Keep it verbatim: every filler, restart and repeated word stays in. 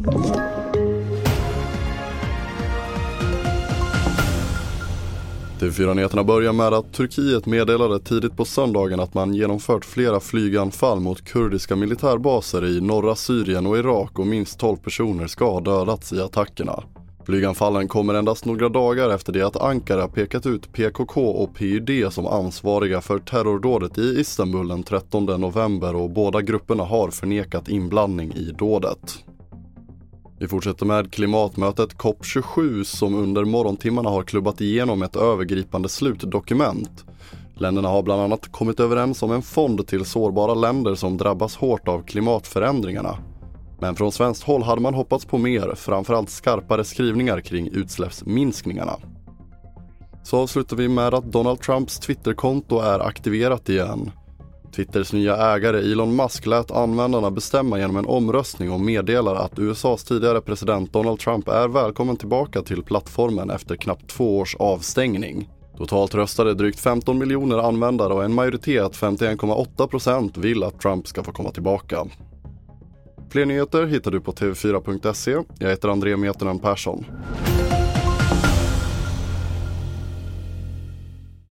T V fyra-nyheterna börjar med att Turkiet meddelade tidigt på söndagen att man genomfört flera flyganfall mot kurdiska militärbaser i norra Syrien och Irak och minst tolv personer ska ha dödats i attackerna. Flyganfallen kommer endast några dagar efter det att Ankara pekat ut P K K och P Y D som ansvariga för terrordådet i Istanbul den trettonde november och båda grupperna har förnekat inblandning i dådet. Vi fortsätter med klimatmötet C O P tjugosju som under morgontimmarna har klubbat igenom ett övergripande slutdokument. Länderna har bland annat kommit överens om en fond till sårbara länder som drabbas hårt av klimatförändringarna. Men från svenskt håll hade man hoppats på mer, framförallt skarpare skrivningar kring utsläppsminskningarna. Så avslutar vi med att Donald Trumps Twitterkonto är aktiverat igen. Twitters nya ägare Elon Musk lät användarna bestämma genom en omröstning och meddelar att U S A:s tidigare president Donald Trump är välkommen tillbaka till plattformen efter knappt två års avstängning. Totalt röstade drygt femton miljoner användare och en majoritet, femtioen komma åtta procent, vill att Trump ska få komma tillbaka. Fler nyheter hittar du på T V fyra punkt se. Jag heter André Metenen Persson.